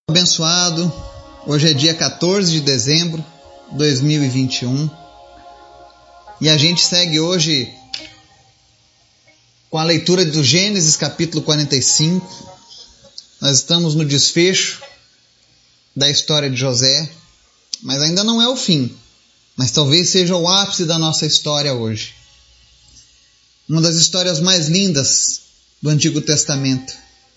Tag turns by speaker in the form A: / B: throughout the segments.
A: Abençoado, hoje é dia 14 de dezembro de 2021 e a gente segue hoje com a leitura do Gênesis capítulo 45. Nós estamos no desfecho da história de José, mas ainda não é o fim, mas talvez seja o ápice da nossa história hoje. Uma das histórias mais lindas do Antigo Testamento.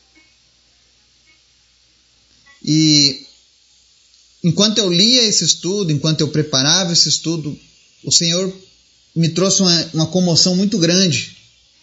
A: E enquanto eu lia esse estudo, enquanto eu preparava esse estudo, o Senhor me trouxe uma comoção muito grande,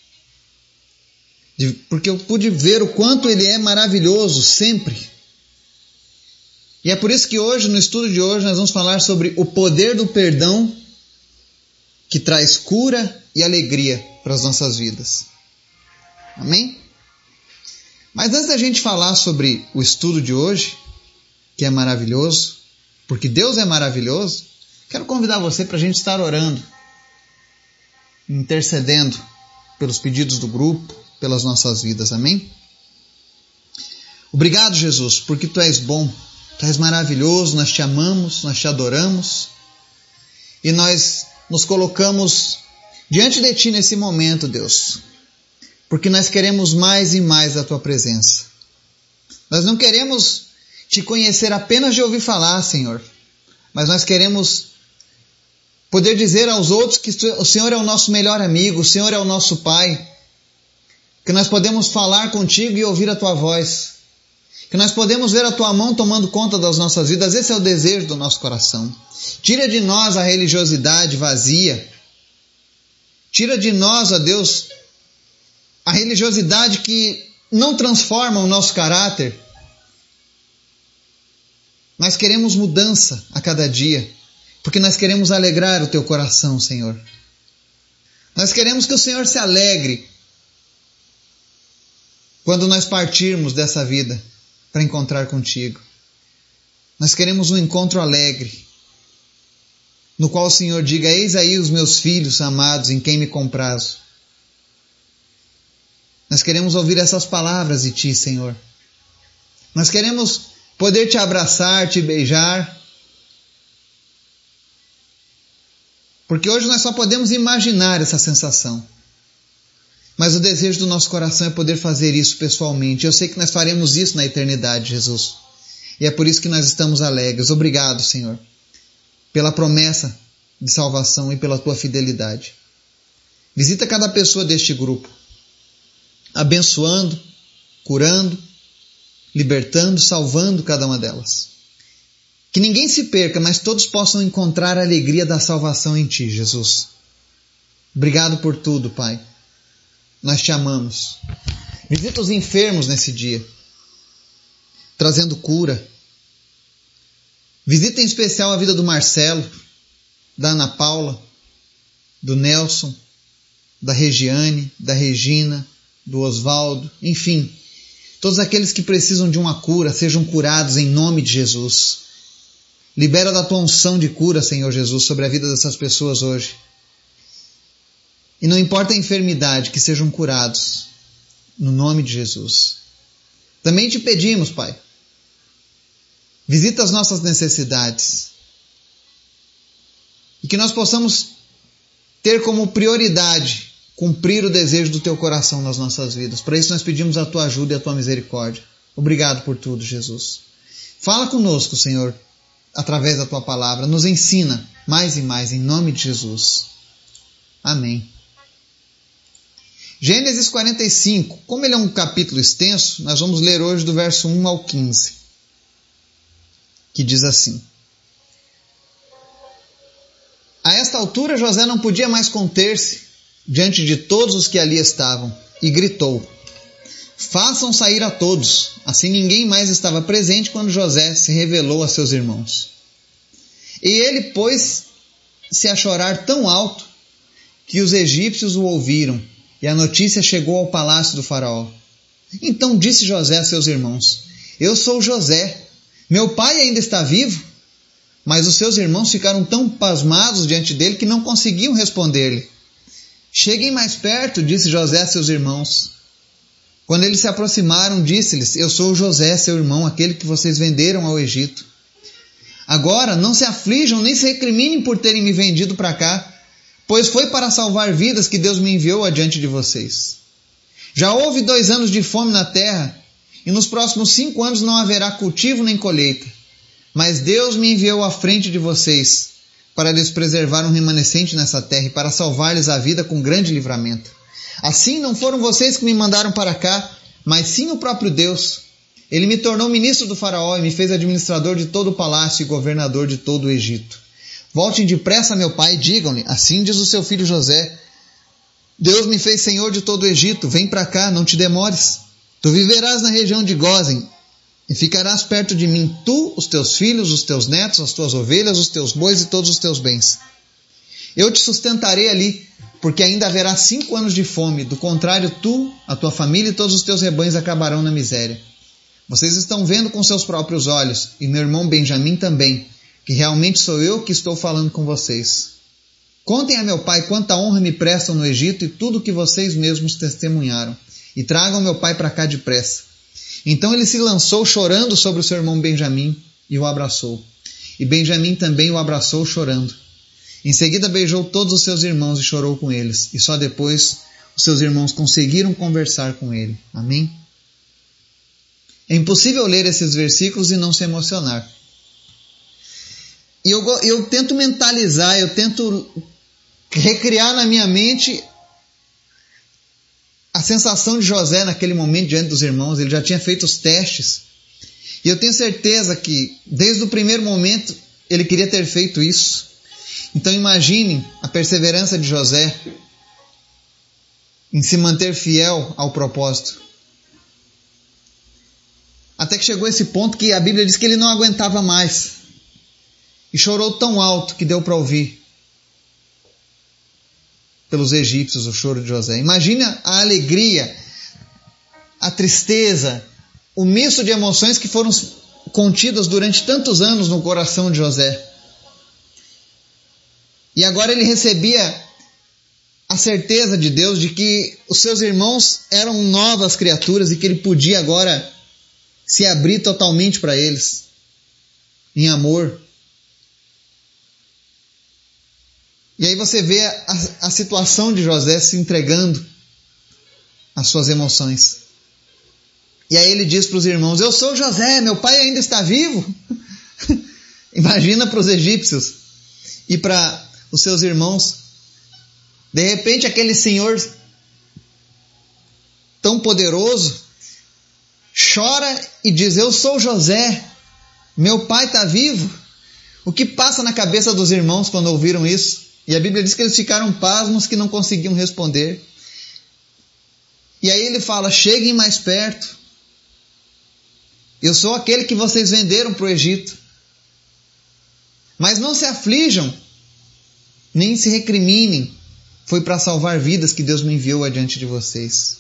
A: porque eu pude ver o quanto Ele é maravilhoso sempre. E é por isso que hoje, no estudo de hoje, nós vamos falar sobre o poder do perdão que traz cura e alegria para as nossas vidas. Amém? Mas antes da gente falar sobre o estudo de hoje, que é maravilhoso, porque Deus é maravilhoso, quero convidar você para a gente estar orando, intercedendo pelos pedidos do grupo, pelas nossas vidas, amém? Obrigado, Jesus, porque Tu és bom, Tu és maravilhoso, nós Te amamos, nós Te adoramos, e nós nos colocamos diante de Ti nesse momento, Deus, porque nós queremos mais e mais da Tua presença. Nós não queremos Te conhecer apenas de ouvir falar, Senhor, mas nós queremos poder dizer aos outros que o Senhor é o nosso melhor amigo, o Senhor é o nosso Pai, que nós podemos falar contigo e ouvir a Tua voz, que nós podemos ver a Tua mão tomando conta das nossas vidas. Esse é o desejo do nosso coração. Tira de nós a religiosidade vazia, tira de nós, ó Deus, a religiosidade que não transforma o nosso caráter. Nós queremos mudança a cada dia, porque nós queremos alegrar o Teu coração, Senhor. Nós queremos que o Senhor se alegre quando nós partirmos dessa vida para encontrar contigo. Nós queremos um encontro alegre, no qual o Senhor diga: eis aí os meus filhos amados, em quem me comprazo. Nós queremos ouvir essas palavras de Ti, Senhor. Nós queremos poder Te abraçar, Te beijar. Porque hoje nós só podemos imaginar essa sensação. Mas o desejo do nosso coração é poder fazer isso pessoalmente. Eu sei que nós faremos isso na eternidade, Jesus. E é por isso que nós estamos alegres. Obrigado, Senhor, pela promessa de salvação e pela Tua fidelidade. Visita cada pessoa deste grupo, abençoando, curando, libertando, salvando cada uma delas. Que ninguém se perca, mas todos possam encontrar a alegria da salvação em Ti, Jesus. Obrigado por tudo, Pai. Nós Te amamos. Visita os enfermos nesse dia, trazendo cura. Visita em especial a vida do Marcelo, da Ana Paula, do Nelson, da Regiane, da Regina, do Osvaldo, enfim, todos aqueles que precisam de uma cura, sejam curados em nome de Jesus. Libera da Tua unção de cura, Senhor Jesus, sobre a vida dessas pessoas hoje. E não importa a enfermidade, que sejam curados, no nome de Jesus. Também Te pedimos, Pai, visita as nossas necessidades, e que nós possamos ter como prioridade cumprir o desejo do Teu coração nas nossas vidas. Para isso nós pedimos a Tua ajuda e a Tua misericórdia. Obrigado por tudo, Jesus. Fala conosco, Senhor, através da Tua palavra. Nos ensina mais e mais, em nome de Jesus. Amém. Gênesis 45. Como ele é um capítulo extenso, nós vamos ler hoje do verso 1 ao 15. Que diz assim: A esta altura José não podia mais conter-se diante de todos os que ali estavam, e gritou: façam sair a todos. Assim ninguém mais estava presente quando José se revelou a seus irmãos. E ele pôs-se a chorar tão alto que os egípcios o ouviram, e a notícia chegou ao palácio do faraó. Então disse José a seus irmãos: eu sou José, meu pai ainda está vivo? Mas os seus irmãos ficaram tão pasmados diante dele que não conseguiam responder-lhe. Cheguem mais perto, disse José a seus irmãos. Quando eles se aproximaram, disse-lhes: eu sou José, seu irmão, aquele que vocês venderam ao Egito. Agora não se aflijam nem se recriminem por terem me vendido para cá, pois foi para salvar vidas que Deus me enviou adiante de vocês. Já houve 2 anos de fome na terra, e nos próximos 5 anos não haverá cultivo nem colheita. Mas Deus me enviou à frente de vocês, para lhes preservar um remanescente nessa terra e para salvar-lhes a vida com grande livramento. Assim não foram vocês que me mandaram para cá, mas sim o próprio Deus. Ele me tornou ministro do faraó e me fez administrador de todo o palácio e governador de todo o Egito. Voltem depressa a meu pai e digam-lhe: assim diz o seu filho José, Deus me fez senhor de todo o Egito, vem para cá, não te demores. Tu viverás na região de Gósen e ficarás perto de mim, tu, os teus filhos, os teus netos, as tuas ovelhas, os teus bois e todos os teus bens. Eu te sustentarei ali, porque ainda haverá 5 anos de fome, do contrário tu, a tua família e todos os teus rebanhos acabarão na miséria. Vocês estão vendo com seus próprios olhos, e meu irmão Benjamim também, que realmente sou eu que estou falando com vocês. Contem a meu pai quanta honra me prestam no Egito e tudo o que vocês mesmos testemunharam, e tragam meu pai para cá depressa. Então ele se lançou chorando sobre o seu irmão Benjamim e o abraçou. E Benjamim também o abraçou chorando. Em seguida beijou todos os seus irmãos e chorou com eles. E só depois os seus irmãos conseguiram conversar com ele. Amém? É impossível ler esses versículos e não se emocionar. E eu tento mentalizar, eu tento recriar na minha mente a sensação de José naquele momento diante dos irmãos. Ele já tinha feito os testes. E eu tenho certeza que desde o primeiro momento ele queria ter feito isso. Então imagine a perseverança de José em se manter fiel ao propósito. Até que chegou esse ponto que a Bíblia diz que ele não aguentava mais. E chorou tão alto que deu para ouvir pelos egípcios o choro de José. Imagina a alegria, a tristeza, o misto de emoções que foram contidas durante tantos anos no coração de José. E agora ele recebia a certeza de Deus de que os seus irmãos eram novas criaturas e que ele podia agora se abrir totalmente para eles, em amor. E aí você vê a situação de José se entregando às suas emoções. E aí ele diz para os irmãos: eu sou José, meu pai ainda está vivo. Imagina para os egípcios e para os seus irmãos. De repente aquele senhor tão poderoso chora e diz: eu sou José, meu pai está vivo. O que passa na cabeça dos irmãos quando ouviram isso? E a Bíblia diz que eles ficaram pasmos, que não conseguiam responder. E aí ele fala: cheguem mais perto. Eu sou aquele que vocês venderam para o Egito. Mas não se aflijam, nem se recriminem. Foi para salvar vidas que Deus me enviou adiante de vocês.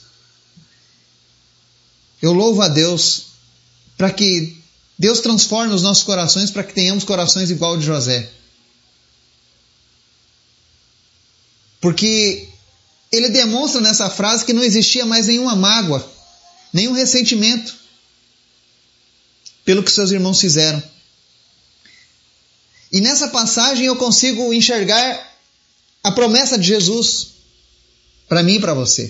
A: Eu louvo a Deus para que Deus transforme os nossos corações, para que tenhamos corações igual ao de José. Porque ele demonstra nessa frase que não existia mais nenhuma mágoa, nenhum ressentimento pelo que seus irmãos fizeram. E nessa passagem eu consigo enxergar a promessa de Jesus para mim e para você.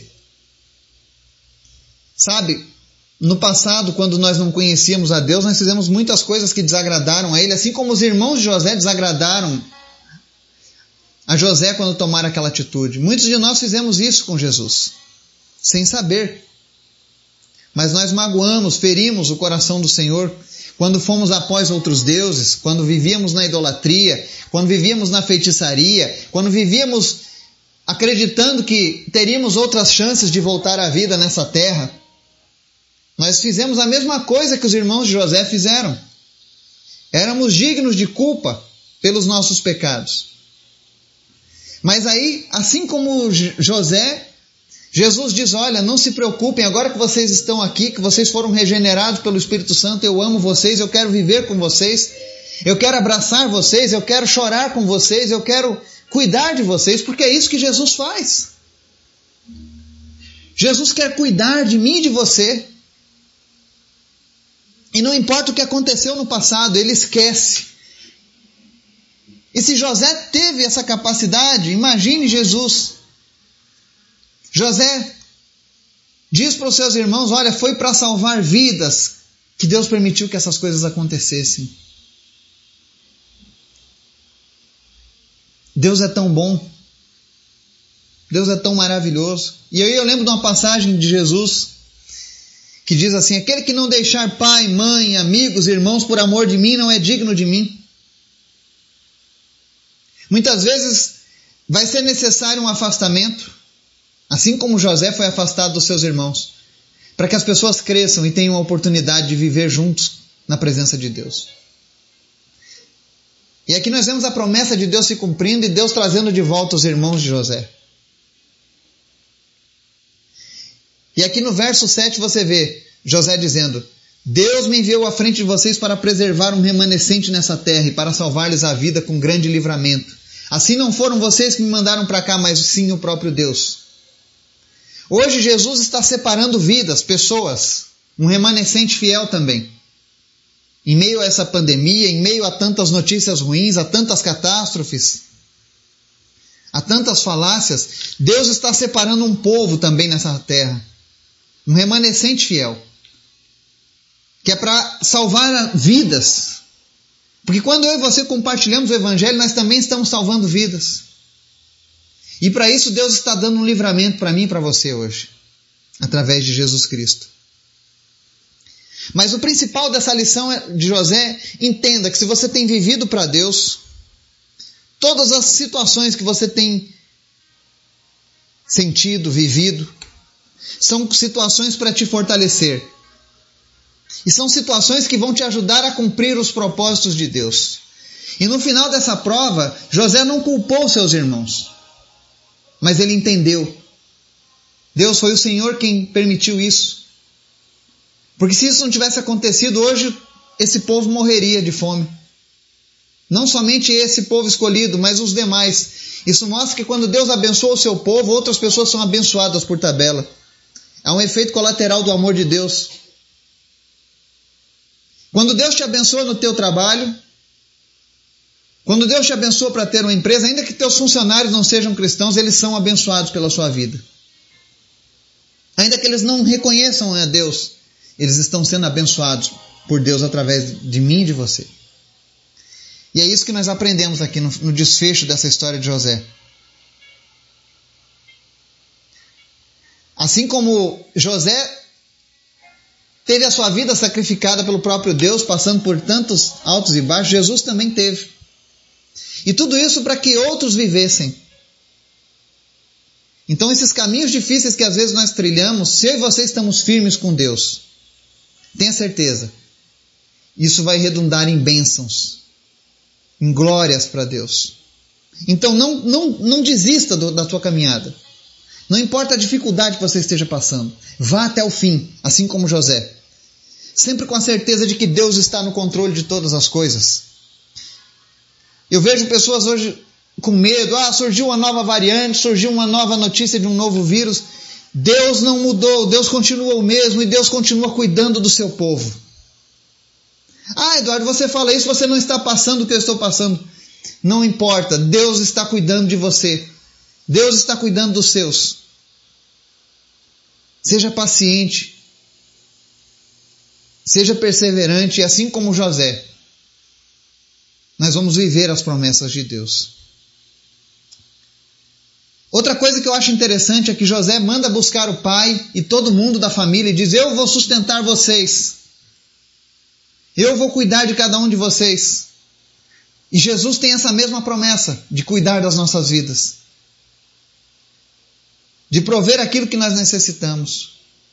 A: Sabe, no passado, quando nós não conhecíamos a Deus, nós fizemos muitas coisas que desagradaram a Ele, assim como os irmãos de José desagradaram a José quando tomaram aquela atitude. Muitos de nós fizemos isso com Jesus, sem saber. Mas nós magoamos, ferimos o coração do Senhor quando fomos após outros deuses, quando vivíamos na idolatria, quando vivíamos na feitiçaria, quando vivíamos acreditando que teríamos outras chances de voltar à vida nessa terra. Nós fizemos a mesma coisa que os irmãos de José fizeram. Éramos dignos de culpa pelos nossos pecados. Mas aí, assim como José, Jesus diz: olha, não se preocupem, agora que vocês estão aqui, que vocês foram regenerados pelo Espírito Santo, eu amo vocês, eu quero viver com vocês, eu quero abraçar vocês, eu quero chorar com vocês, eu quero cuidar de vocês, porque é isso que Jesus faz. Jesus quer cuidar de mim e de você. E não importa o que aconteceu no passado, Ele esquece. E se José teve essa capacidade, imagine Jesus. José diz para os seus irmãos, olha, foi para salvar vidas que Deus permitiu que essas coisas acontecessem. Deus é tão bom. Deus é tão maravilhoso. E aí eu lembro de uma passagem de Jesus que diz assim, aquele que não deixar pai, mãe, amigos, irmãos por amor de mim não é digno de mim. Muitas vezes vai ser necessário um afastamento, assim como José foi afastado dos seus irmãos, para que as pessoas cresçam e tenham a oportunidade de viver juntos na presença de Deus. E aqui nós vemos a promessa de Deus se cumprindo e Deus trazendo de volta os irmãos de José. E aqui no verso 7 você vê José dizendo, Deus me enviou à frente de vocês para preservar um remanescente nessa terra e para salvar-lhes a vida com grande livramento. Assim não foram vocês que me mandaram para cá, mas sim o próprio Deus. Hoje Jesus está separando vidas, pessoas, um remanescente fiel também. Em meio a essa pandemia, em meio a tantas notícias ruins, a tantas catástrofes, a tantas falácias, Deus está separando um povo também nessa terra. Um remanescente fiel. Que é para salvar vidas. Porque quando eu e você compartilhamos o Evangelho, nós também estamos salvando vidas. E para isso Deus está dando um livramento para mim e para você hoje. Através de Jesus Cristo. Mas o principal dessa lição de José, entenda que se você tem vivido para Deus, todas as situações que você tem sentido, vivido, são situações para te fortalecer. E são situações que vão te ajudar a cumprir os propósitos de Deus. E no final dessa prova, José não culpou seus irmãos. Mas ele entendeu. Deus foi o Senhor quem permitiu isso. Porque se isso não tivesse acontecido, hoje esse povo morreria de fome. Não somente esse povo escolhido, mas os demais. Isso mostra que quando Deus abençoa o seu povo, outras pessoas são abençoadas por tabela. É um efeito colateral do amor de Deus. Quando Deus te abençoa no teu trabalho, quando Deus te abençoa para ter uma empresa, ainda que teus funcionários não sejam cristãos, eles são abençoados pela sua vida. Ainda que eles não reconheçam a Deus, eles estão sendo abençoados por Deus através de mim e de você. E é isso que nós aprendemos aqui no desfecho dessa história de José. Assim como José teve a sua vida sacrificada pelo próprio Deus, passando por tantos altos e baixos, Jesus também teve. E tudo isso para que outros vivessem. Então esses caminhos difíceis que às vezes nós trilhamos, se eu e você estamos firmes com Deus, tenha certeza, isso vai redundar em bênçãos, em glórias para Deus. Então não desista da tua caminhada. Não importa a dificuldade que você esteja passando, vá até o fim, assim como José. Sempre com a certeza de que Deus está no controle de todas as coisas. Eu vejo pessoas hoje com medo, surgiu uma nova variante, surgiu uma nova notícia de um novo vírus. Deus não mudou, Deus continua o mesmo e Deus continua cuidando do seu povo. Eduardo, você fala isso, você não está passando o que eu estou passando. Não importa, Deus está cuidando de você. Deus está cuidando dos seus. Seja paciente. Seja perseverante, e assim como José, nós vamos viver as promessas de Deus. Outra coisa que eu acho interessante é que José manda buscar o pai e todo mundo da família e diz, eu vou sustentar vocês. Eu vou cuidar de cada um de vocês. E Jesus tem essa mesma promessa de cuidar das nossas vidas. De prover aquilo que nós necessitamos.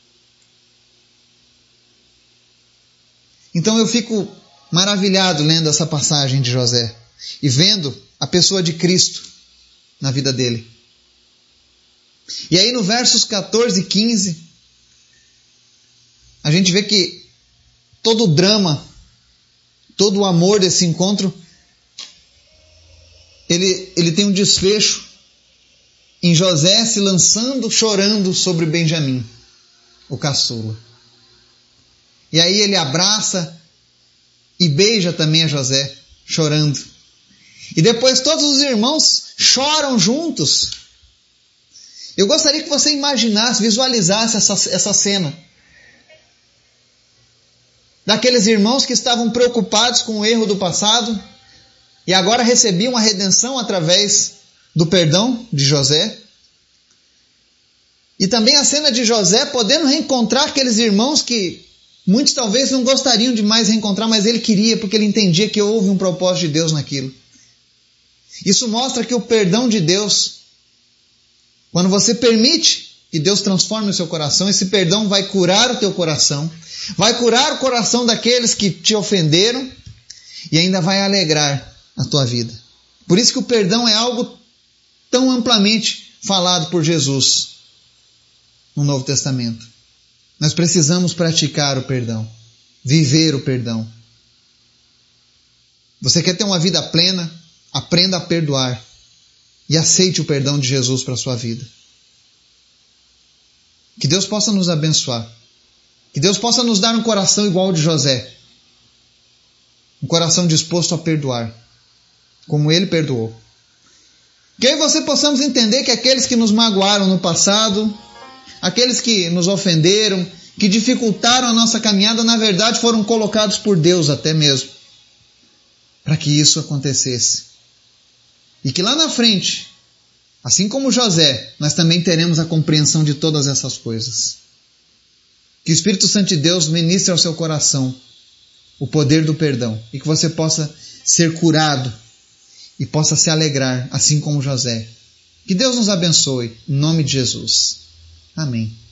A: Então eu fico maravilhado lendo essa passagem de José e vendo a pessoa de Cristo na vida dele. E aí no versos 14 e 15, a gente vê que todo o drama, todo o amor desse encontro, ele tem um desfecho em José se lançando, chorando sobre Benjamim, o caçula. E aí ele abraça e beija também a José, chorando. E depois todos os irmãos choram juntos. Eu gostaria que você imaginasse, visualizasse essa cena. Daqueles irmãos que estavam preocupados com o erro do passado e agora recebiam a redenção através do perdão de José. E também a cena de José podendo reencontrar aqueles irmãos que muitos talvez não gostariam de mais reencontrar, mas ele queria, porque ele entendia que houve um propósito de Deus naquilo. Isso mostra que o perdão de Deus, quando você permite que Deus transforme o seu coração, esse perdão vai curar o teu coração, vai curar o coração daqueles que te ofenderam e ainda vai alegrar a tua vida. Por isso que o perdão é algo tão amplamente falado por Jesus no Novo Testamento. Nós precisamos praticar o perdão, viver o perdão. Você quer ter uma vida plena? Aprenda a perdoar e aceite o perdão de Jesus para a sua vida. Que Deus possa nos abençoar. Que Deus possa nos dar um coração igual ao de José. Um coração disposto a perdoar, como ele perdoou. Que aí você possamos entender que aqueles que nos magoaram no passado, aqueles que nos ofenderam, que dificultaram a nossa caminhada, na verdade foram colocados por Deus até mesmo, para que isso acontecesse. E que lá na frente, assim como José, nós também teremos a compreensão de todas essas coisas. Que o Espírito Santo de Deus ministre ao seu coração o poder do perdão e que você possa ser curado e possa se alegrar, assim como José. Que Deus nos abençoe, em nome de Jesus. Amém.